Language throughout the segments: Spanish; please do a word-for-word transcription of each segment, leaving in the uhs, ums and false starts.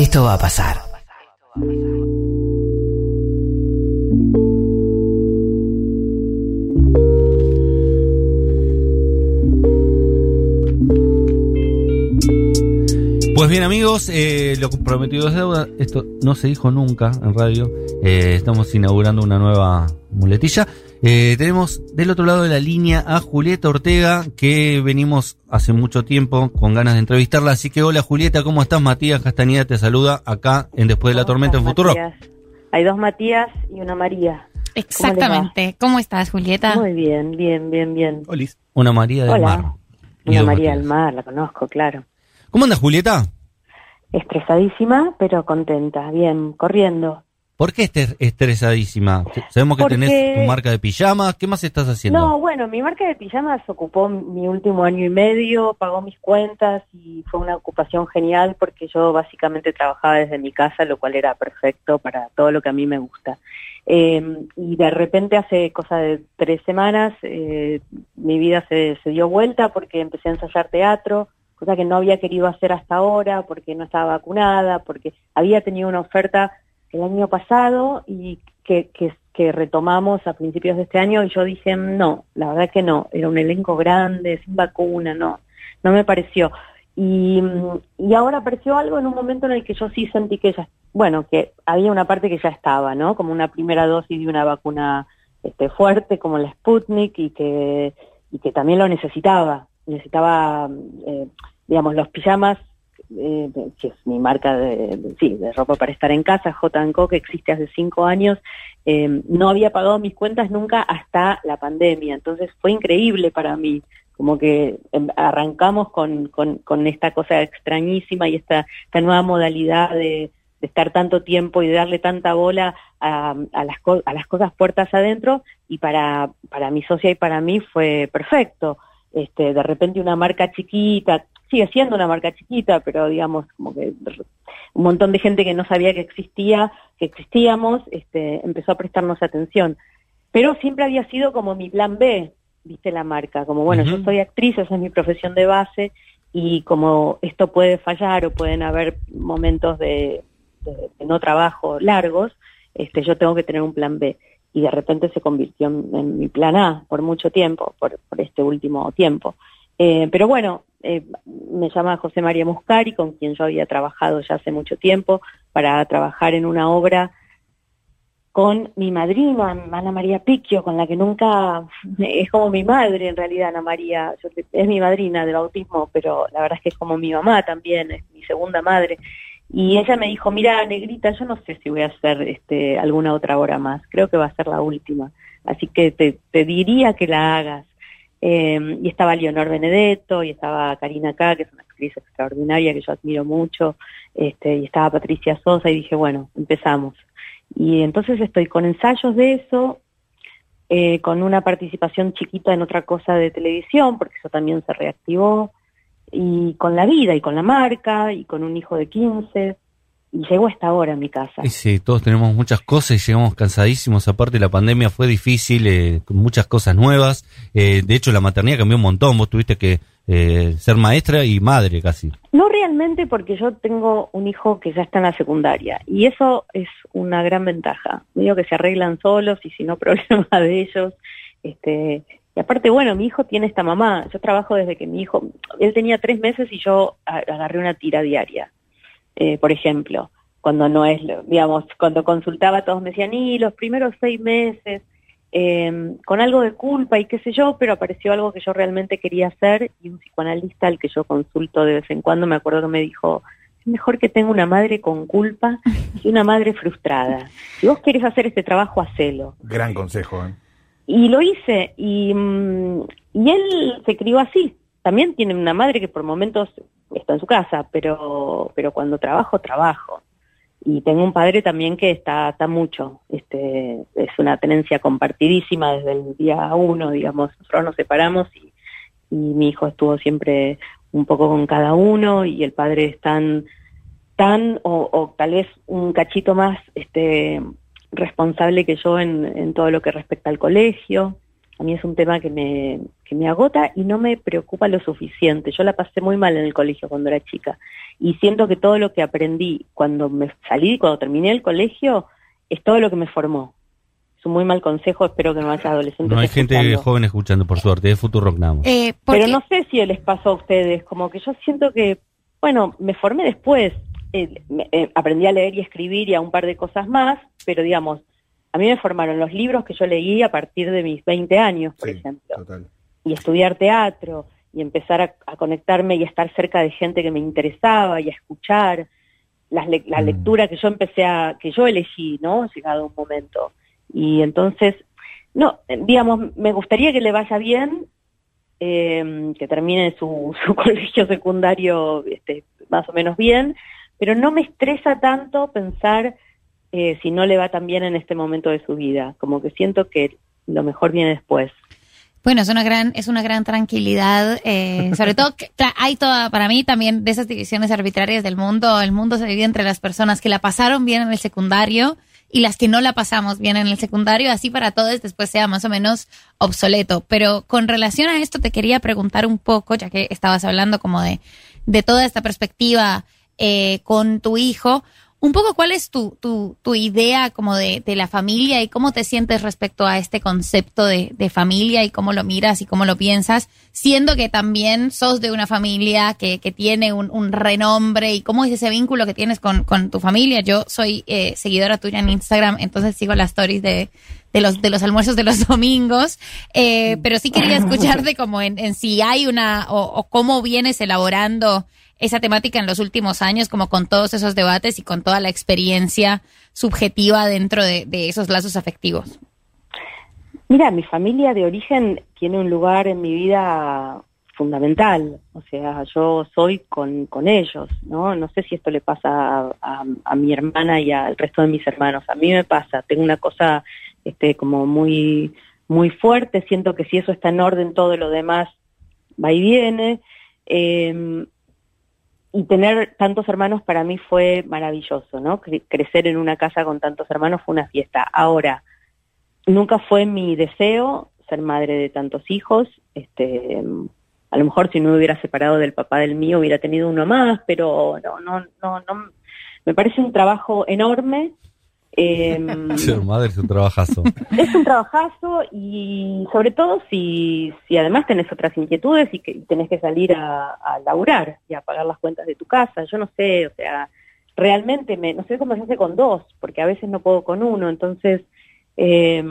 Esto va a pasar. Pues bien, amigos, eh, lo prometido es deuda. Esto no se dijo nunca en radio. Eh, estamos inaugurando una nueva muletilla. Eh, tenemos del otro lado de la línea a Julieta Ortega, que venimos hace mucho tiempo con ganas de entrevistarla. Así que hola Julieta, ¿cómo estás? Matías Castañeda te saluda acá en Después de la Tormenta en Futuro. Hay dos Matías y una María. Exactamente. ¿Cómo, ¿Cómo estás, Julieta? Muy bien, bien, bien, bien. Olis. Una María del Hola. Mar. Una María del Mar, la conozco, claro. ¿Cómo andas, Julieta? Estresadísima, pero contenta, bien, corriendo. ¿Por qué estés estresadísima? Sabemos que Porque... tenés tu marca de pijamas. ¿Qué más estás haciendo? No, bueno, mi marca de pijamas ocupó mi último año y medio, pagó mis cuentas y fue una ocupación genial porque yo básicamente trabajaba desde mi casa, lo cual era perfecto para todo lo que a mí me gusta. Eh, y de repente hace cosa de tres semanas eh, mi vida se, se dio vuelta porque empecé a ensayar teatro, cosa que no había querido hacer hasta ahora porque no estaba vacunada, porque había tenido una oferta el año pasado y que, que, que retomamos a principios de este año y yo dije, no, la verdad que no, era un elenco grande, sin vacuna, no, no me pareció. Y, y ahora apareció algo en un momento en el que yo sí sentí que ya, bueno, que había una parte que ya estaba, ¿no? Como una primera dosis de una vacuna este, fuerte como la Sputnik y que, y que también lo necesitaba. Necesitaba, eh, digamos, los pijamas, eh, que es mi marca de, de, sí, de ropa para estar en casa, J and Co, que existe hace cinco años, eh, no había pagado mis cuentas nunca hasta la pandemia, entonces fue increíble para mí, como que eh, arrancamos con, con, con esta cosa extrañísima y esta, esta nueva modalidad de, de estar tanto tiempo y de darle tanta bola a, a, las, co- a las cosas puertas adentro, y para, para mi socia y para mí fue perfecto. Este, de repente una marca chiquita, sigue siendo una marca chiquita, pero digamos como que un montón de gente que no sabía que existía, que existíamos, este, empezó a prestarnos atención. Pero siempre había sido como mi plan B, viste, la marca, como bueno, uh-huh. Yo soy actriz, esa es mi profesión de base, y como esto puede fallar o pueden haber momentos de, de, de no trabajo largos, este, yo tengo que tener un plan B. Y de repente se convirtió en, en mi plan A por mucho tiempo, por, por este último tiempo. Eh, pero bueno, eh, me llama José María Muscari, con quien yo había trabajado ya hace mucho tiempo, para trabajar en una obra con mi madrina, Ana María Picchio, con la que nunca, es como mi madre en realidad, Ana María, yo, es mi madrina de bautismo, pero la verdad es que es como mi mamá también, es mi segunda madre. Y ella me dijo, mira, negrita, yo no sé si voy a hacer este, alguna otra obra más, creo que va a ser la última, así que te, te diría que la hagas. Eh, y estaba Leonor Benedetto, y estaba Karina K, que es una actriz extraordinaria que yo admiro mucho, este, y estaba Patricia Sosa, y dije, bueno, empezamos. Y entonces estoy con ensayos de eso, eh, con una participación chiquita en otra cosa de televisión, porque eso también se reactivó, y con la vida, y con la marca, y con un hijo de quince, y llegó hasta ahora a mi casa. Y sí, todos tenemos muchas cosas y llegamos cansadísimos, aparte la pandemia fue difícil, eh, con muchas cosas nuevas, eh, de hecho la maternidad cambió un montón, vos tuviste que eh, ser maestra y madre casi. No realmente, porque yo tengo un hijo que ya está en la secundaria, y eso es una gran ventaja, digo que se arreglan solos, y si no, problema de ellos, este... Y aparte, bueno, mi hijo tiene esta mamá, yo trabajo desde que mi hijo, él tenía tres meses y yo agarré una tira diaria, eh, por ejemplo, cuando no es, digamos, cuando consultaba todos me decían, y los primeros seis meses, eh, con algo de culpa y qué sé yo, pero apareció algo que yo realmente quería hacer, y un psicoanalista al que yo consulto de vez en cuando, me acuerdo que me dijo, es mejor que tenga una madre con culpa que una madre frustrada. Si vos querés hacer este trabajo, hacelo. Gran consejo, ¿eh? Y lo hice, y, y él se crió así. También tiene una madre que por momentos está en su casa, pero pero cuando trabajo, trabajo. Y tengo un padre también que está, está mucho. Este, es una tenencia compartidísima desde el día uno, digamos. Nosotros nos separamos y, y mi hijo estuvo siempre un poco con cada uno, y el padre es tan, tan o, o tal vez un cachito más... este responsable que yo en, en todo lo que respecta al colegio. A mí es un tema que me, que me agota y no me preocupa lo suficiente. Yo la pasé muy mal en el colegio cuando era chica, y siento que todo lo que aprendí cuando me salí, cuando terminé el colegio, es todo lo que me formó. Es un muy mal consejo, espero que no haya adolescentes. No hay escuchando. gente joven escuchando, por suerte, es Futurock nada más. Eh, Pero no sé si les pasó a ustedes, como que yo siento que, bueno, me formé después, eh, me, eh, aprendí a leer y escribir y a un par de cosas más, pero digamos, a mí me formaron los libros que yo leí a partir de mis veinte años, por sí, ejemplo. Total. Y estudiar teatro, y empezar a, a conectarme y a estar cerca de gente que me interesaba, y a escuchar las le- la Mm. lectura que yo empecé a, que yo elegí, ¿no? Llegado un momento. Y entonces, no, eh, digamos, me gustaría que le vaya bien, eh, que termine su, su colegio secundario este, más o menos bien, pero no me estresa tanto pensar eh, si no le va tan bien en este momento de su vida, como que siento que lo mejor viene después. Bueno, es una gran, es una gran tranquilidad, eh, sobre todo que tra- hay toda, para mí también, de esas divisiones arbitrarias del mundo, el mundo se divide entre las personas que la pasaron bien en el secundario y las que no la pasamos bien en el secundario, así para todos después sea más o menos obsoleto. Pero con relación a esto te quería preguntar un poco, ya que estabas hablando como de, de toda esta perspectiva eh, con tu hijo, un poco cuál es tu, tu, tu idea como de, de la familia y cómo te sientes respecto a este concepto de, de familia y cómo lo miras y cómo lo piensas, siendo que también sos de una familia que, que tiene un, un renombre y cómo es ese vínculo que tienes con, con tu familia. Yo soy eh, seguidora tuya en Instagram, entonces sigo las stories de, de los de los almuerzos de los domingos, eh, pero sí quería escucharte como en, en si hay una o, o cómo vienes elaborando esa temática en los últimos años, como con todos esos debates y con toda la experiencia subjetiva dentro de, de esos lazos afectivos. Mira, mi familia de origen tiene un lugar en mi vida fundamental, o sea, yo soy con, con ellos, ¿no? No sé si esto le pasa a, a, a mi hermana y al resto de mis hermanos, a mí me pasa, tengo una cosa este, como muy, muy fuerte, siento que si eso está en orden, todo lo demás va y viene, eh, y tener tantos hermanos para mí fue maravilloso, ¿no? Cre- crecer en una casa con tantos hermanos fue una fiesta. Ahora, nunca fue mi deseo ser madre de tantos hijos. Este, a lo mejor si no me hubiera separado del papá del mío hubiera tenido uno más, pero no, no, no, no. Me parece un trabajo enorme. Eh, Ser madre es un trabajazo. Es un trabajazo y sobre todo si, si además tenés otras inquietudes y que y tenés que salir a, a laburar y a pagar las cuentas de tu casa. Yo no sé, o sea, realmente me, no sé cómo se hace con dos, porque a veces no puedo con uno, entonces, eh,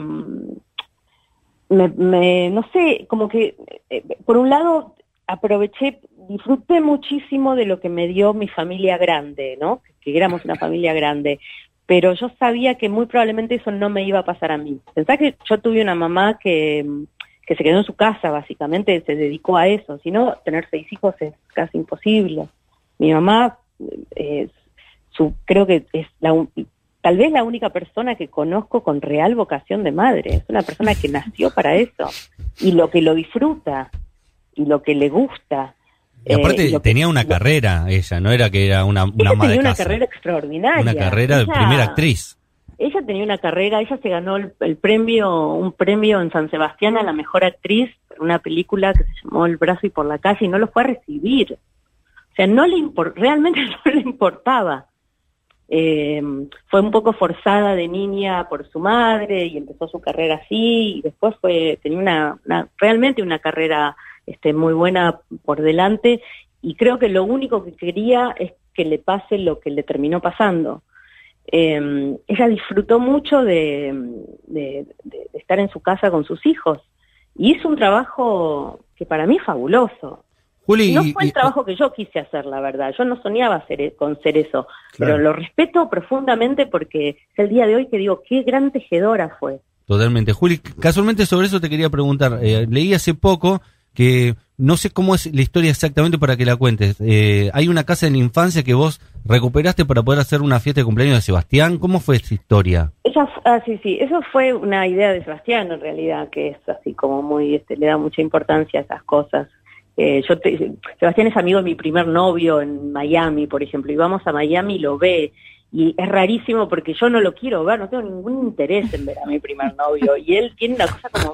me, me, no sé, como que, eh, por un lado, aproveché, disfruté muchísimo de lo que me dio mi familia grande, ¿no? Que éramos una familia grande. Pero yo sabía que muy probablemente eso no me iba a pasar a mí. Pensá que yo tuve una mamá que, que se quedó en su casa, básicamente, se dedicó a eso. Si no, tener seis hijos es casi imposible. Mi mamá, eh, su, creo que es la, tal vez la única persona que conozco con real vocación de madre. Es una persona que nació para eso. Y lo que lo disfruta, y lo que le gusta. Y aparte eh, tenía que, una lo, carrera ella, no era que era una, una ella ama de tenía una casa. carrera extraordinaria. Una carrera ella, de primera actriz. Ella tenía una carrera, ella se ganó el, el premio, un premio en San Sebastián a la mejor actriz por una película que se llamó El brazo y por la calle y no lo fue a recibir. O sea, no le import, realmente no le importaba. Eh, fue un poco forzada de niña por su madre y empezó su carrera así y después fue tenía una, una realmente una carrera este, muy buena por delante y creo que lo único que quería es que le pase lo que le terminó pasando. Eh, ella disfrutó mucho de, de, de, de estar en su casa con sus hijos y hizo un trabajo que para mí es fabuloso. Juli, no fue el y, trabajo que yo quise hacer, la verdad. Yo no soñaba ser, con ser eso, claro. Pero lo respeto profundamente porque es el día de hoy que digo, qué gran tejedora fue. Totalmente. Juli, casualmente sobre eso te quería preguntar. Eh, leí hace poco que no sé cómo es la historia exactamente para que la cuentes. Eh, hay una casa en la infancia que vos recuperaste para poder hacer una fiesta de cumpleaños de Sebastián. ¿Cómo fue esa historia? Esa, ah, sí, sí, eso fue una idea de Sebastián en realidad, que es así como muy, este, le da mucha importancia a esas cosas. Eh, yo te, Sebastián es amigo de mi primer novio en Miami, por ejemplo, y vamos a Miami y lo ve, y es rarísimo porque yo no lo quiero ver, no tengo ningún interés en ver a mi primer novio, y él tiene una cosa como que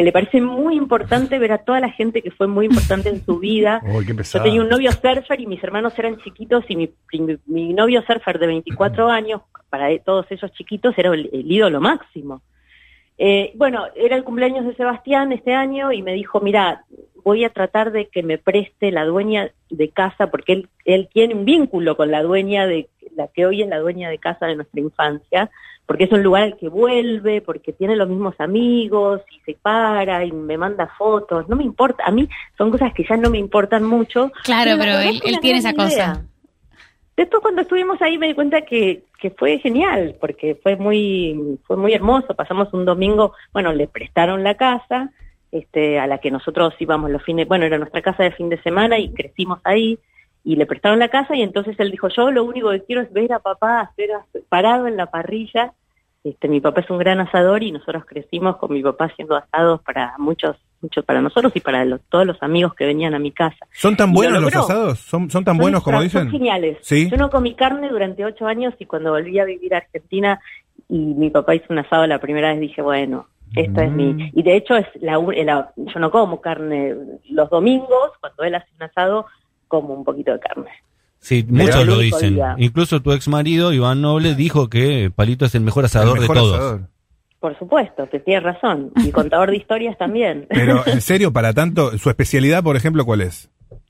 que le parece muy importante ver a toda la gente que fue muy importante en su vida. Uy, qué pesado. Yo tenía un novio surfer y mis hermanos eran chiquitos y mi, mi, mi novio surfer de veinticuatro años, para todos ellos chiquitos, era el, el ídolo máximo. Eh, bueno, era el cumpleaños de Sebastián este año y me dijo, mira, voy a tratar de que me preste la dueña de casa, porque él, él tiene un vínculo con la dueña de la que hoy es la dueña de casa de nuestra infancia, porque es un lugar al que vuelve, porque tiene los mismos amigos y se para y me manda fotos. No me importa, a mí son cosas que ya no me importan mucho. Claro, pero él, él tiene esa cosa. Idea. Después cuando estuvimos ahí me di cuenta que, que fue genial, porque fue muy fue muy hermoso. Pasamos un domingo, bueno, le prestaron la casa, este, a la que nosotros íbamos los fines, bueno, era nuestra casa de fin de semana y crecimos ahí, y le prestaron la casa y entonces él dijo, yo lo único que quiero es ver a papá hacer parado en la parrilla. Este, mi papá es un gran asador y nosotros crecimos con mi papá haciendo asados para muchos, muchos para nosotros y para los, todos los amigos que venían a mi casa. ¿Son tan buenos los asados? ¿Son, son tan son buenos como dicen? Son geniales. ¿Sí? Yo no comí carne durante ocho años y cuando volví a vivir a Argentina y mi papá hizo un asado la primera vez dije, bueno, esto mm. es mi... Y de hecho es la, la yo no como carne los domingos, cuando él hace un asado, como un poquito de carne. Sí, muchos lo dicen. Día. Incluso tu ex marido, Iván Noble, dijo que Palito es el mejor asador el mejor de todos. Asador. Por supuesto, que tiene razón. Y contador de historias también. Pero, en serio, para tanto, ¿su especialidad, por ejemplo, cuál es?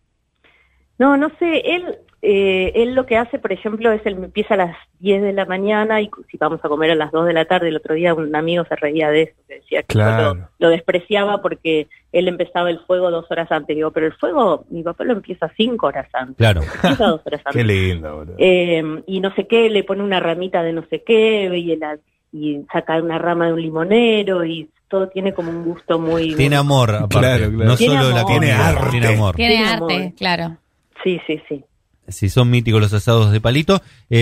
No, no sé. Él eh, él lo que hace, por ejemplo, es él empieza a las diez de la mañana y si vamos a comer a las dos de la tarde, el otro día un amigo se reía de eso, que decía que claro. lo, lo despreciaba porque él empezaba el fuego dos horas antes. Digo, pero el fuego, mi papá lo empieza cinco horas antes. Claro. Empieza dos horas antes. Qué lindo, boludo. Eh, y no sé qué, le pone una ramita de no sé qué y, el, y saca una rama de un limonero y todo tiene como un gusto muy... Tiene muy... amor, aparte. Claro, claro. No tiene solo amor. la comida, tiene arte. Tiene amor. Tiene, tiene arte, amor. claro. Sí, sí, sí. Sí, son míticos los asados de Palito.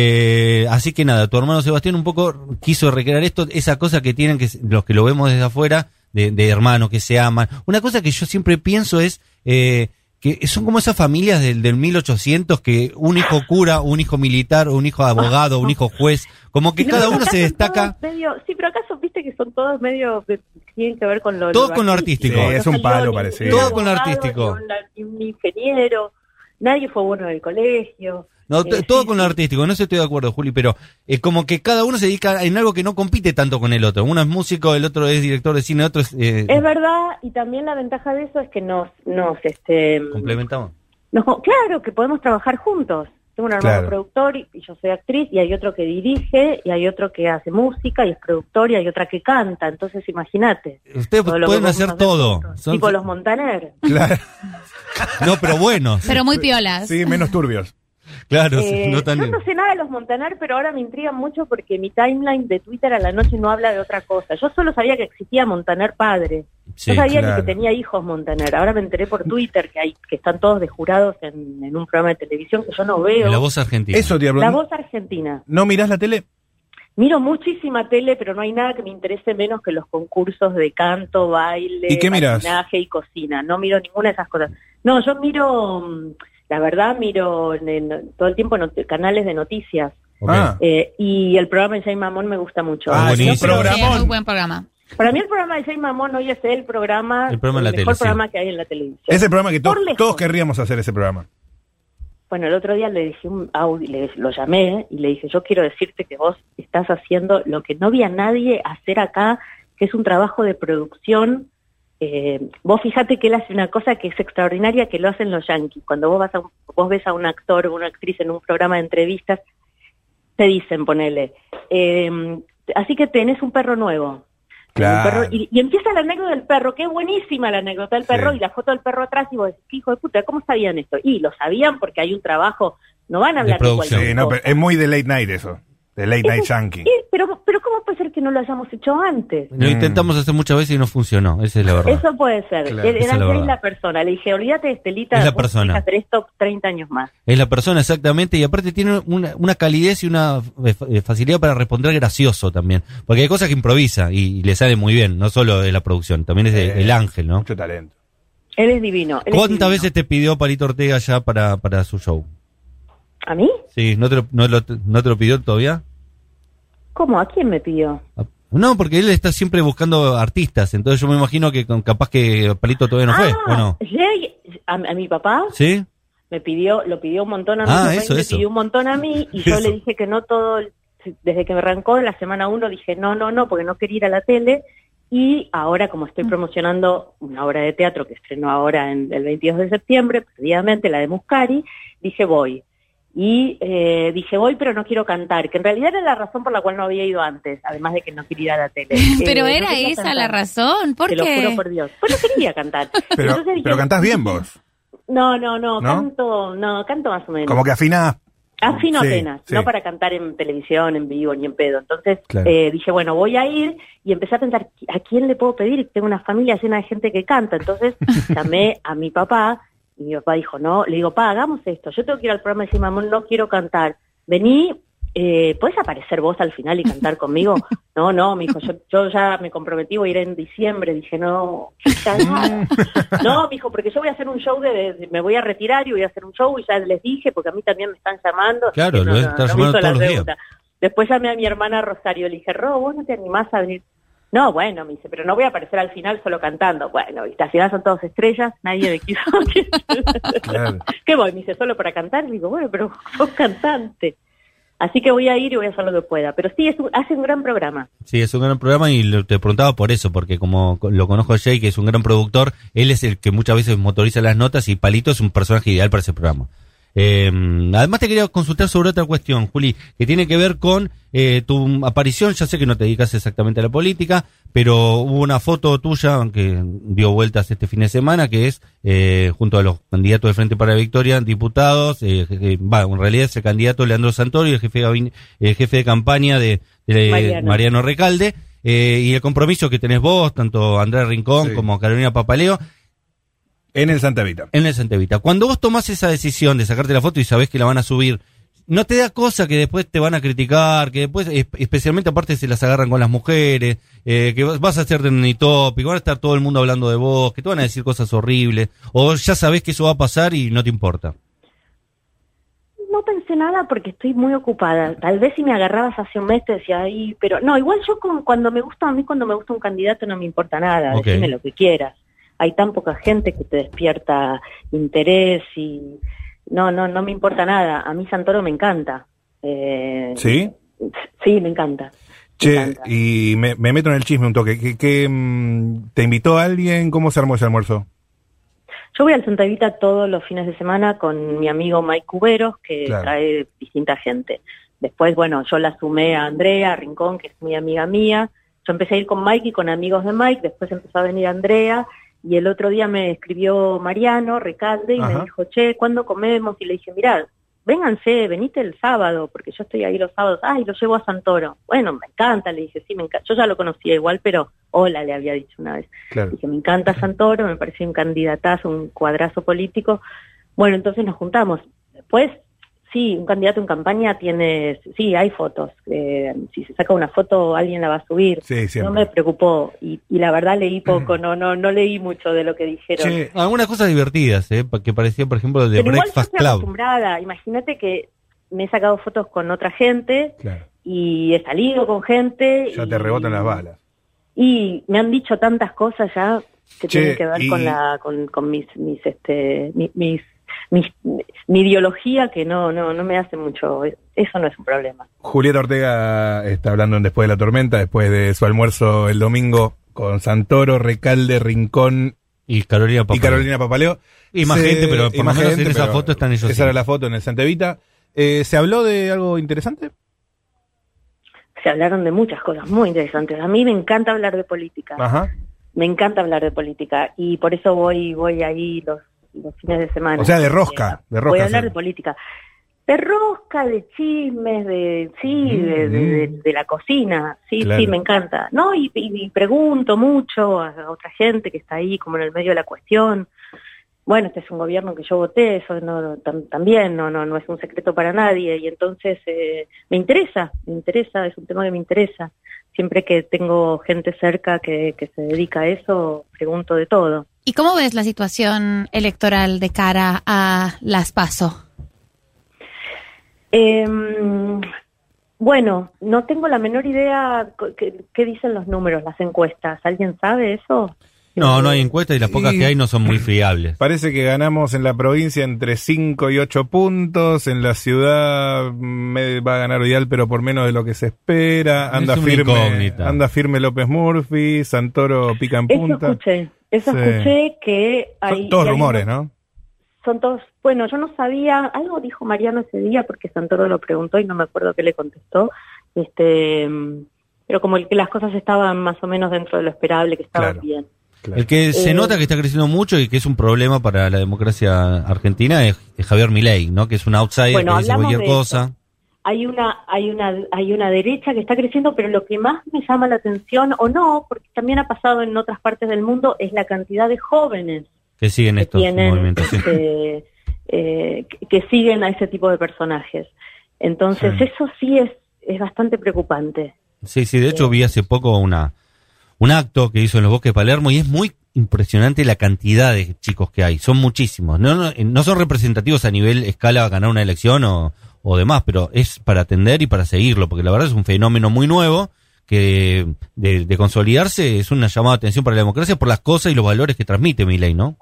Eh, así que nada, tu hermano Sebastián un poco quiso recrear esto, esa cosa que tienen que los que lo vemos desde afuera, de, de hermanos que se aman. Una cosa que yo siempre pienso es eh, que son como esas familias del, del mil ochocientos, que un hijo cura, un hijo militar, un hijo abogado, un hijo juez, como que cada uno se destaca. Medio, sí, pero acaso viste que son todos medio que tienen que ver con lo, Todos lo con lo artístico. Sí, es un palo parecido. Todo con lo artístico. Ni un ingeniero. Nadie fue bueno en el colegio. No, eh, todo sí, con sí. lo artístico, no sé, estoy de acuerdo, Juli, pero es como que cada uno se dedica en algo que no compite tanto con el otro. Uno es músico, el otro es director de cine, el otro es... Eh, es verdad, y también la ventaja de eso es que nos... nos este complementamos. Nos, claro, que podemos trabajar juntos. Tengo un hermano Claro. productor y, y yo soy actriz, y hay otro que dirige, y hay otro que hace música, y es productor, y hay otra que canta. Entonces, imagínate. Ustedes todo lo que pueden podemos hacer todo. juntos. Son- Tipo los Montaner. Claro, No, pero buenos. Pero muy piolas. sí, menos turbios. Claro, Eh, no tan... yo no sé nada de los Montaner, pero ahora me intrigan mucho porque mi timeline de Twitter a la noche no habla de otra cosa. Yo solo sabía que existía Montaner padre. Sí, no sabía claro. ni que tenía hijos Montaner. Ahora me enteré por Twitter que hay que están todos de jurados en, en un programa de televisión que yo no veo. La voz argentina. Eso, te La Voz Argentina. ¿No mirás la tele? Miro muchísima tele, pero no hay nada que me interese menos que los concursos de canto, baile, ¿Y qué mirás? patinaje y cocina. No miro ninguna de esas cosas. No, yo miro, mm, la verdad, miro en- en- todo el tiempo not- canales de noticias. Ok. Ah. Eh, y el programa de Jay Mamón me gusta mucho. Ah, buenísimo. es un Sí, programón. muy buen programa. Para mí el programa de Jay Mamón hoy es el programa, El programa en la mejor tele, sí. programa que hay en la televisión. Ese programa que to- Por lejos. todos querríamos hacer ese programa. Bueno, el otro día le dije un audio, le, lo llamé y le dije, yo quiero decirte que vos estás haciendo lo que no vi a nadie hacer acá, que es un trabajo de producción. Eh, vos fíjate que él hace una cosa que es extraordinaria, que lo hacen los yankees. Cuando vos vas a un- vos ves a un actor o una actriz en un programa de entrevistas, te dicen, ponele, eh, así que tenés un perro nuevo. Claro. Un perro- y, y empieza la anécdota del perro, que es buenísima la anécdota del perro, Sí. y la foto del perro atrás, y vos decís, hijo de puta, ¿cómo sabían esto? Y lo sabían porque hay un trabajo, no van a hablar de, producción. cualquier Sí, no, cosa. pero es muy de late night eso. De late night Eso- yankee. eh, pero, pero ¿cómo puede ser que no lo hayamos hecho antes? Lo intentamos hacer muchas veces y no funcionó, esa es la verdad. Eso puede ser. Claro, Era esa es la Jay verdad. la persona. Le dije, olvídate de Estelita, Es la vos persona. tenés que hacer esto treinta años más. Es la persona exactamente, y aparte tiene una, una calidez y una eh, fa- eh, facilidad para responder gracioso también, porque hay cosas que improvisa y, y le sale muy bien, no solo de la producción, también es de- Eh, el ángel, ¿no? Mucho talento. Él es divino. él es ¿Cuántas divino. veces te pidió Palito Ortega ya para, para su show? ¿A mí? Sí, ¿no te lo, no lo- no te lo pidió todavía? ¿Cómo? ¿A quién me pidió? A, No, porque él está siempre buscando artistas, entonces yo me imagino que con, capaz que Palito todavía no fue, ah, ¿o no? Jay, a, a mi papá ¿Sí? me pidió, lo pidió un montón a mí, Ah, mi eso, me eso. pidió un montón a mí, y yo Eso. le dije que no todo, el- desde que me arrancó la semana uno dije no, no, no, porque no quería ir a la tele, y ahora como estoy promocionando una obra de teatro que estrenó ahora en el veintidós de septiembre, previamente la de Muscari, dije voy. Y eh, dije voy, pero no quiero cantar, que en realidad era la razón por la cual no había ido antes, además de que no quería ir a la tele. Pero Eh, era no quería esa cantar. la razón, ¿por Te lo qué? juro por Dios. Pues no quería cantar. Pero, Entonces dije, pero cantás bien vos. No, no, no, ¿No? canto, no, canto más o menos. Como que afinás. Afino Sí, apenas, sí. no para cantar en televisión, en vivo, ni en pedo. Entonces Claro. eh, dije, bueno, voy a ir, y empecé a pensar, ¿a quién le puedo pedir? Tengo una familia llena de gente que canta. Entonces llamé a mi papá, y mi papá dijo, no, le digo, pa, hagamos esto, yo tengo que ir al programa y decir, mamón, no quiero cantar. Vení, eh, ¿puedes aparecer vos al final y cantar conmigo? No, no, me dijo, yo, yo ya me comprometí, voy a ir en diciembre. Dije, no, ya nada. No, me dijo, porque yo voy a hacer un show, de, de- me voy a retirar y voy a hacer un show, y ya les dije, porque a mí también me están llamando. así Claro, que lo no, deben no, estar no me llamando hizo la todos los días. pregunta. Después llamé a mi hermana Rosario, le dije, Ro, ¿vos no te animás a venir? No, bueno, me dice, pero no voy a aparecer al final solo cantando. Bueno, viste, al final son todos estrellas, nadie me quiso. Claro. ¿Qué voy? Me dice, ¿solo para cantar? Le digo, bueno, pero sos cantante. Así que voy a ir y voy a hacer lo que pueda. Pero sí, es un, hace un gran programa. Sí, es un gran programa y lo- te preguntaba por eso, porque como co- lo conozco a Jay, que es un gran productor, él es el que muchas veces motoriza las notas y Palito es un personaje ideal para ese programa. Eh, además te quería consultar sobre otra cuestión, Juli, que tiene que ver con eh, tu aparición. Ya sé que no te dedicas exactamente a la política, pero hubo una foto tuya que dio vueltas este fin de semana, que es eh, junto a los candidatos de Frente para la Victoria, diputados, eh, eh, va, en realidad es el candidato Leandro Santoro y el jefe de, gabin- el jefe de campaña de, de Mariano. Mariano Recalde, eh, y el compromiso que tenés vos, tanto Andrés Rincón Sí. como Carolina Papaleo, En el Santa Vita. en el Santa Evita. Cuando vos tomás esa decisión de sacarte la foto y sabés que la van a subir, ¿no te da cosa que después te van a criticar, que después, es- especialmente aparte se las agarran con las mujeres, eh, que vas- vas a hacer trending topic, van a estar todo el mundo hablando de vos, que te van a decir cosas horribles, o ya sabés que eso va a pasar y no te importa? No pensé nada porque estoy muy ocupada. Tal vez si me agarrabas hace un mes te decía, ahí, pero no, igual yo con, cuando me gusta, a mí cuando me gusta un candidato no me importa nada, Ok. decime lo que quieras. Hay tan poca gente que te despierta interés y no, no, no me importa nada. A mí Santoro me encanta. Eh, ¿Sí? Sí, me encanta. Me Che, encanta. y me, me meto en el chisme un toque. ¿Qué, qué, mm, ¿Te invitó alguien? ¿Cómo se armó ese almuerzo? Yo voy al Santa Evita todos los fines de semana con mi amigo Mike Cuberos, que Claro. trae distinta gente. Después, bueno, yo la sumé a Andrea Rincón, que es muy amiga mía. Yo empecé a ir con Mike y con amigos de Mike, después empezó a venir Andrea, y el otro día me escribió Mariano Recalde y Ajá. me dijo, che, ¿cuándo comemos? Y le dije, mirá, vénganse, venite el sábado, porque yo estoy ahí los sábados. Ay, lo llevo a Santoro. Bueno, me encanta, le dije, sí, me encanta. Yo ya lo conocía igual, pero hola, le había dicho una vez. Claro. Dije, me encanta Santoro, me pareció un candidatazo, un cuadrazo político. Bueno, entonces nos juntamos. Después, sí, un candidato en campaña tiene, sí, hay fotos. Eh, si se saca una foto, alguien la va a subir. Sí, siempre. No me preocupó y, y la verdad leí poco, no, no, no leí mucho de lo que dijeron. Che, algunas cosas divertidas, eh, pa- que parecían, por ejemplo, de Pero igual yo Breakfast estoy Club. acostumbrada. Imagínate que me he sacado fotos con otra gente Claro. y he salido con gente. Ya y, te rebotan las balas. Y me han dicho tantas cosas ya que Che, tienen que ver y- con la, con, con mis, mis, este, mi- mis, mis, mi ideología que no, no, no me hace mucho. Eso no es un problema. Julieta Ortega está hablando en Después de la Tormenta, después de su almuerzo el domingo con Santoro, Recalde, Rincón Y Carolina y Papaleo. Carolina Papaleo. Y más Se- gente, pero y por lo más menos gente, en esa pero foto están ellos. Esa sí. era la foto en el Santa Evita. Eh, ¿Se habló de algo interesante? Se hablaron de muchas cosas muy interesantes. A mí me encanta hablar de política. Ajá. Me encanta hablar de política y por eso voy voy ahí los, los fines de semana. O sea, de rosca, de rosca, Voy a hablar sí. de política. De rosca, de chismes, de sí, Mm, de, de, de- de la cocina. Sí, Claro. sí, me encanta. No, y, y- y pregunto mucho a, a otra gente que está ahí como en el medio de la cuestión. Bueno, este es un gobierno que yo voté, eso no tam- también no no no es un secreto para nadie y entonces eh, me interesa, me interesa, es un tema que me interesa. Siempre que tengo gente cerca que, que se dedica a eso, pregunto de todo. ¿Y cómo ves la situación electoral de cara a las PASO? Eh, Bueno, no tengo la menor idea qué, qué dicen los números, las encuestas. ¿Alguien sabe eso? No, no hay encuestas y las pocas Sí. que hay no son muy fiables. Parece que ganamos en la provincia entre cinco y ocho puntos. En la ciudad me va a ganar Vidal, pero por menos de lo que se espera. Anda Es una firme, incógnita. anda firme López Murphy, Santoro pica en Eso punta. escuché, eso Sí. escuché que hay... Son todos que hay rumores, unos- ¿no? Son todos, bueno, yo no sabía, algo dijo Mariano ese día porque Santoro lo preguntó y no me acuerdo qué le contestó, este, pero como el que las cosas estaban más o menos dentro de lo esperable, que estaban Claro. bien. Claro. El que se Eh, nota que está creciendo mucho y que es un problema para la democracia argentina es, es Javier Milei, ¿no? Que es un outsider Bueno, que dice hablamos cualquier de cosa. eso. Hay una, hay una, hay una derecha que está creciendo, pero lo que más me llama la atención, o no, porque también ha pasado en otras partes del mundo, es la cantidad de jóvenes Que siguen que estos tienen, movimientos. sí. este, eh, que- que siguen a ese tipo de personajes. Entonces, Sí. eso sí es, es bastante preocupante. Sí, sí, de hecho vi hace poco una un acto que hizo en los Bosques de Palermo y es muy impresionante la cantidad de chicos que hay, son muchísimos. No no, no son representativos a nivel escala a ganar una elección o, o demás, pero es para atender y para seguirlo, porque la verdad es un fenómeno muy nuevo que de, de consolidarse es una llamada de atención para la democracia por las cosas y los valores que transmite Milei, ¿no?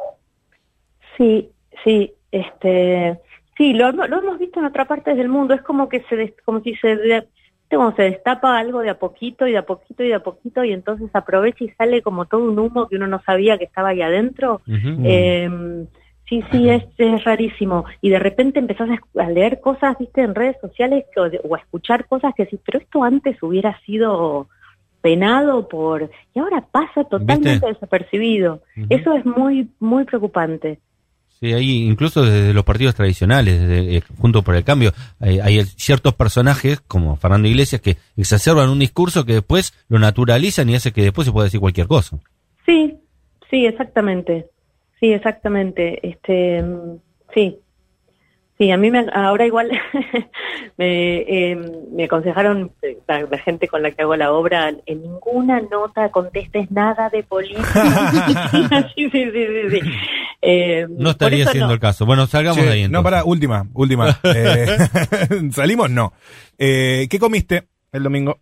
Sí, sí, este, sí, lo, lo hemos visto en otras partes del mundo. Es como que se, des- como si se, de- como se destapa algo de a poquito y de a poquito y de a poquito y entonces aprovecha y sale como todo un humo que uno no sabía que estaba ahí adentro. Ujú. Eh, sí, sí, es, es rarísimo. Y de repente empezás a, esc- a leer cosas, viste, en redes sociales que- o, de- o a escuchar cosas que decís, pero esto antes hubiera sido penado por... Y ahora pasa totalmente ¿Viste? desapercibido. Ujú. Eso es muy, muy preocupante. Sí, hay incluso desde los partidos tradicionales, desde eh, Juntos por el Cambio, hay, hay ciertos personajes como Fernando Iglesias que exacerban un discurso que después lo naturalizan y hace que después se pueda decir cualquier cosa. Sí, sí, exactamente. Sí, exactamente. Este, mm, sí. Sí, a mí me, ahora igual me, eh, me aconsejaron, eh, la, la gente con la que hago la obra, en ninguna nota contestes nada de política. sí, sí, sí, sí, sí. Eh, No por estaría eso siendo no. el caso. Bueno, salgamos Che, de ahí no, entonces. pará, última, última. Eh, ¿Salimos? No. Eh, ¿Qué comiste el domingo?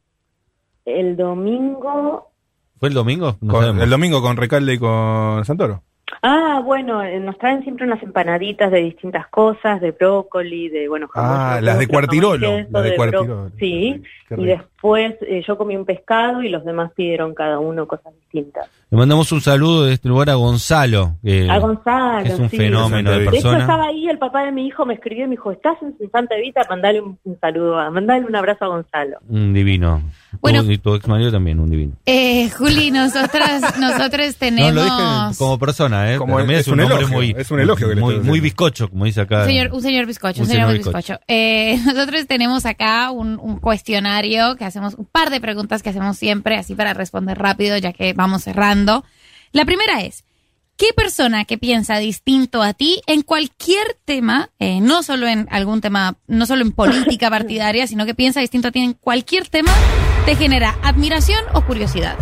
El domingo... ¿Fue el domingo? No Con- sabemos. el domingo con Recalde y con Santoro. Ah, bueno, eh, nos traen siempre unas empanaditas de distintas cosas, de brócoli, de, bueno, Ah, jamón, las de jamón Cuartirolo, queso, las de bró- Cuartirolo. Sí, Qué y rico. después eh, yo comí un pescado y los demás pidieron cada uno cosas distintas. Le mandamos un saludo de este lugar a Gonzalo, que, A Gonzalo, que es un sí. fenómeno de De De hecho, persona. estaba ahí, el papá de mi hijo me escribió y me dijo, ¿estás en Santa Evita? Mandale un, un saludo, a, mandale un abrazo a Gonzalo. Un divino. Bueno. Tu- y tu ex marido también, un divino. Eh, Juli, nosotras, nosotros No, tenemos... lo dije como persona, ¿eh? Como También es un nombre elogio, muy, es un elogio que le muy, estoy muy haciendo. bizcocho, como dice acá. Un señor, un señor bizcocho, un, Un señor, señor bizcocho. Eh, nosotros tenemos acá un, un cuestionario que hacemos, un par de preguntas que hacemos siempre, así para responder rápido, ya que vamos cerrando. La primera es, ¿qué persona que piensa distinto a ti en cualquier tema, eh, no solo en algún tema, no solo en política partidaria, sino que piensa distinto a ti en cualquier tema, te genera admiración o curiosidad?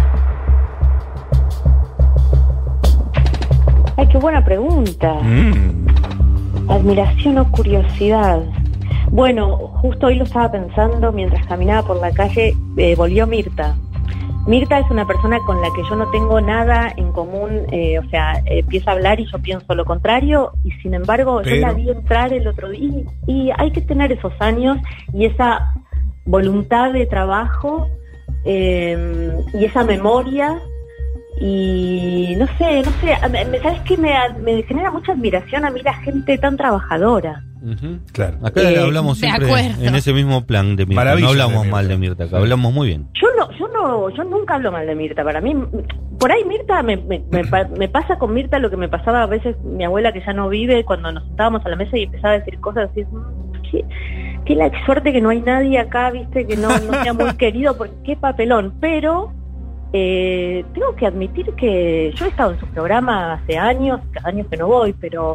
Ay, qué buena pregunta. Mm. Admiración o curiosidad. Bueno, justo hoy lo estaba pensando mientras caminaba por la calle, eh, volvió Mirta. Mirta es una persona con la que yo no tengo nada en común, eh, o sea, eh, empieza a hablar y yo pienso lo contrario, y sin embargo Pero- yo la vi entrar el otro día, y, y hay que tener esos años y esa voluntad de trabajo eh, y esa memoria. Y no sé, no sé, a- me- ¿sabes qué? Me, me genera mucha admiración a mí la gente tan trabajadora. Ujú. Claro. Acá Eh, hablamos de siempre acuerdo. en ese mismo plan de Mirta. Maravillas No hablamos de Mirta. mal de Mirta, acá Sí. hablamos muy bien. Yo no, yo no, yo nunca hablo mal de Mirta. Para mí, por ahí Mirta me, me, me, pa- me pasa con Mirta lo que me pasaba a veces mi abuela que ya no vive, cuando nos sentábamos a la mesa y empezaba a decir cosas así, "Mm, qué, qué la suerte que no hay nadie acá, viste, que no, no sea muy querido, porque qué papelón. Pero eh, tengo que admitir que yo he estado en su programa hace años, años que no voy, pero es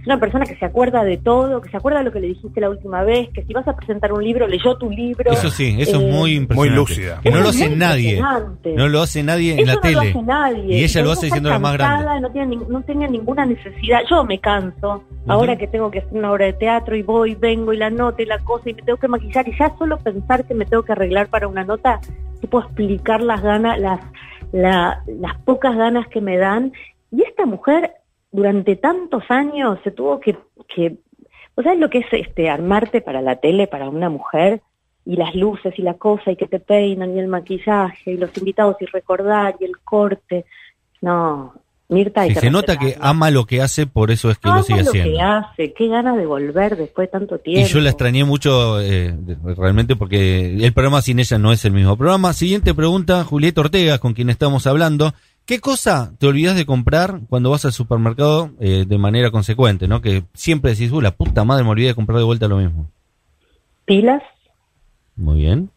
una persona que se acuerda de todo, que se acuerda de lo que le dijiste la última vez, que si vas a presentar un libro, leyó tu libro. Eso sí, eso eh, es muy impresionante. Muy lúcida. Que no lo Eso es hace muy nadie. impresionante. No lo hace nadie en Eso la no tele. lo hace nadie. Y ella lo Uno hace está siendo la más grande. cansada, No, tiene, no tenía ninguna necesidad. Yo me canso. Uh-huh. Ahora que tengo que hacer una obra de teatro y voy, vengo y la nota y la cosa y me tengo que maquillar. Y ya solo pensar que me tengo que arreglar para una nota, te puedo explicar las ganas, las, la, las pocas ganas que me dan. Y esta mujer, durante tantos años, se tuvo que... que ¿vos sabés lo que es este armarte para la tele, para una mujer? Y las luces y la cosa, y que te peinan, y el maquillaje, y los invitados, y recordar, y el corte. No, Mirta hay Sí, que se nota que respetarla. ama lo que hace, por eso es que Ama lo sigue lo haciendo. que hace, qué ganas de volver después de tanto tiempo. Y yo la extrañé mucho, eh, realmente, porque el programa sin ella no es el mismo programa. Siguiente pregunta, Julieta Ortega, con quien estamos hablando. ¿Qué cosa te olvidas de comprar cuando vas al supermercado eh, de manera consecuente, ¿no? Que siempre decís, uh, la puta madre, me olvidé de comprar de vuelta lo mismo. ¿Pilas? Muy bien.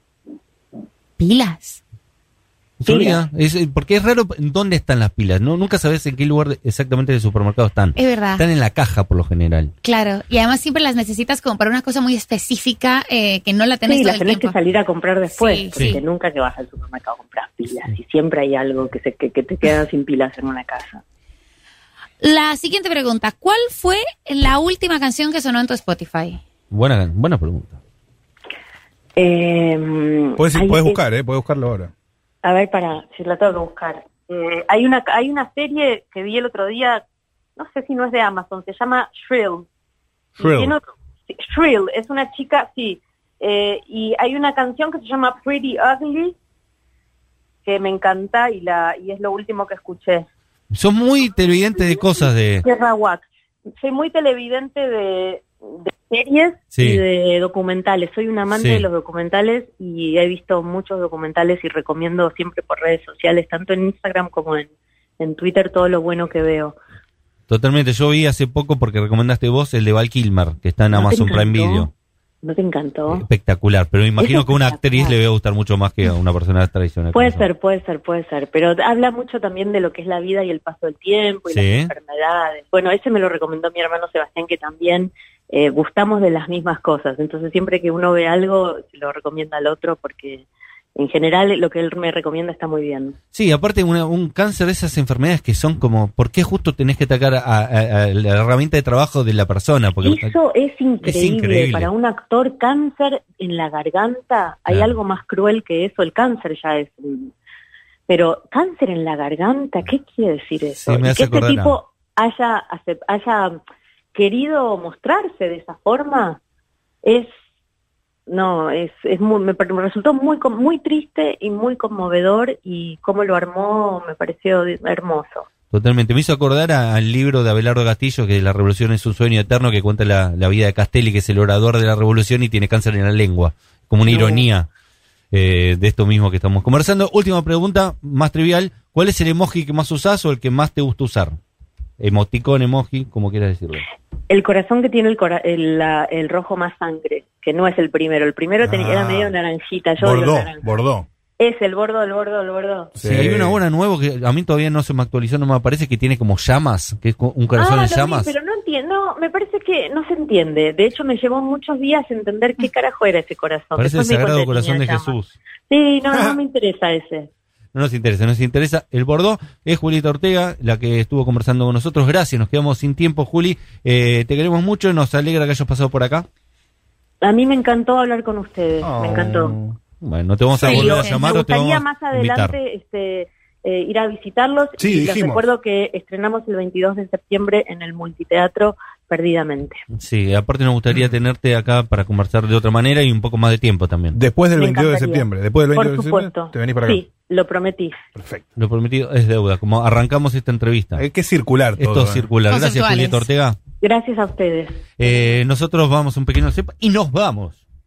Pilas. Se olvida. Es, porque es raro dónde están las pilas, ¿no? Nunca sabes en qué lugar de- exactamente del supermercado están. Es verdad. Están en la caja, por lo general. Claro, y además siempre las necesitas como para una cosa muy específica eh, que no la tenés Sí, todo las el tenés tiempo. que salir a comprar después, Sí, porque sí. nunca que vas al supermercado compras pilas, y siempre hay algo que, se, que, que te queda sin pilas en una casa. La siguiente pregunta, ¿cuál fue la última canción que sonó en tu Spotify? Buena, buena pregunta. Eh, Puedes, hay- puedes eh, buscar, ¿eh? Puedes buscarlo ahora. A ver, para, si la tengo que buscar. Eh, hay una hay una serie que vi el otro día, no sé si no es de Amazon, se llama Shrill. Y Shrill. tiene otro- sí, Shrill, es una chica, sí. Eh, y hay una canción que se llama Pretty Ugly, que me encanta y la y es lo último que escuché. Sos muy televidente de cosas de... Tierra Wax. Soy muy televidente de, de series Sí. y de documentales. Soy un amante Sí. de los documentales y he visto muchos documentales y recomiendo siempre por redes sociales, tanto en Instagram como en, en Twitter, todo lo bueno que veo. Totalmente, yo vi hace poco, porque recomendaste vos, el de Val Kilmer, que está en ¿No te Amazon Prime encantó? Video. ¿No te encantó? Espectacular, pero imagino Es que a una actriz espectacular. le va a gustar mucho más que a una persona tradicional. Puede como sos. ser, puede ser, puede ser, pero habla mucho también de lo que es la vida y el paso del tiempo y Sí. las enfermedades. Bueno, ese me lo recomendó mi hermano Sebastián, que también eh, gustamos de las mismas cosas. Entonces siempre que uno ve algo, se lo recomienda al otro porque en general lo que él me recomienda está muy bien. Sí, aparte una, un cáncer de esas enfermedades que son como, ¿por qué justo tenés que atacar a, a- a la herramienta de trabajo de la persona? Porque Eso es increíble. increíble. Para un actor, cáncer en la garganta, hay Claro. algo más cruel que eso. El cáncer ya es... un- Pero cáncer en la garganta, ¿qué quiere decir eso? Sí, me Y hace que este acordar a- tipo haya, acep- haya querido mostrarse de esa forma, es... No, es, es muy, me, me resultó muy com- muy triste y muy conmovedor, y cómo lo armó me pareció de- hermoso. Totalmente, me hizo acordar a- al libro de Abelardo Castillo, que La Revolución es un sueño eterno, que cuenta la, la vida de Castelli, que es el orador de la revolución y tiene cáncer en la lengua, como una No. ironía eh, de esto mismo que estamos conversando. Última pregunta, más trivial, ¿cuál es el emoji que más usás o el que más te gusta usar? Emoticón, emoji, como quieras decirlo. El corazón que tiene el, cora- el, la- el rojo más sangre, que no es el primero. El primero tenía, Ah. era medio naranjita. Yo odio el Bordó, naranja. bordó. Es el bordo, el bordo, el bordo. Sí, hay una buena nueva que a mí todavía no se me actualizó, no me aparece, que tiene como llamas, que es co- un corazón ah, en lo vi, llamas. pero no entiendo, no, me parece que no se entiende. De hecho, me llevó muchos días entender qué carajo era ese corazón. Parece el Después me di Sagrado cuenta que Corazón de tenía llamas. Jesús. Sí, no, no me interesa ese. No nos interesa, nos interesa el Bordeaux. Es Julieta Ortega, la que estuvo conversando con nosotros. Gracias, nos quedamos sin tiempo, Juli. Eh, te queremos mucho, nos alegra que hayas pasado por acá. A mí me encantó hablar con ustedes, Oh. me encantó. Bueno, te vamos a Sí, volver a sí. llamar Me o te vamos gustaría a más invitar. adelante este, eh, ir a visitarlos. Sí, y les dijimos. recuerdo que estrenamos el veintidós de septiembre en el Multiteatro Perdidamente. Sí, aparte nos gustaría tenerte acá para conversar de otra manera y un poco más de tiempo también. Después del Me veintidós de encantaría. septiembre. Después del Por veintidós de septiembre, supuesto. te venís para acá. Sí, lo prometí. Perfecto. Lo prometido es deuda, como arrancamos esta entrevista. Hay que circular todo. Esto es ¿eh? circular. Gracias, Conceptuales. Julieta Ortega. Gracias a ustedes. Eh, nosotros vamos a un pequeño cepa y nos vamos.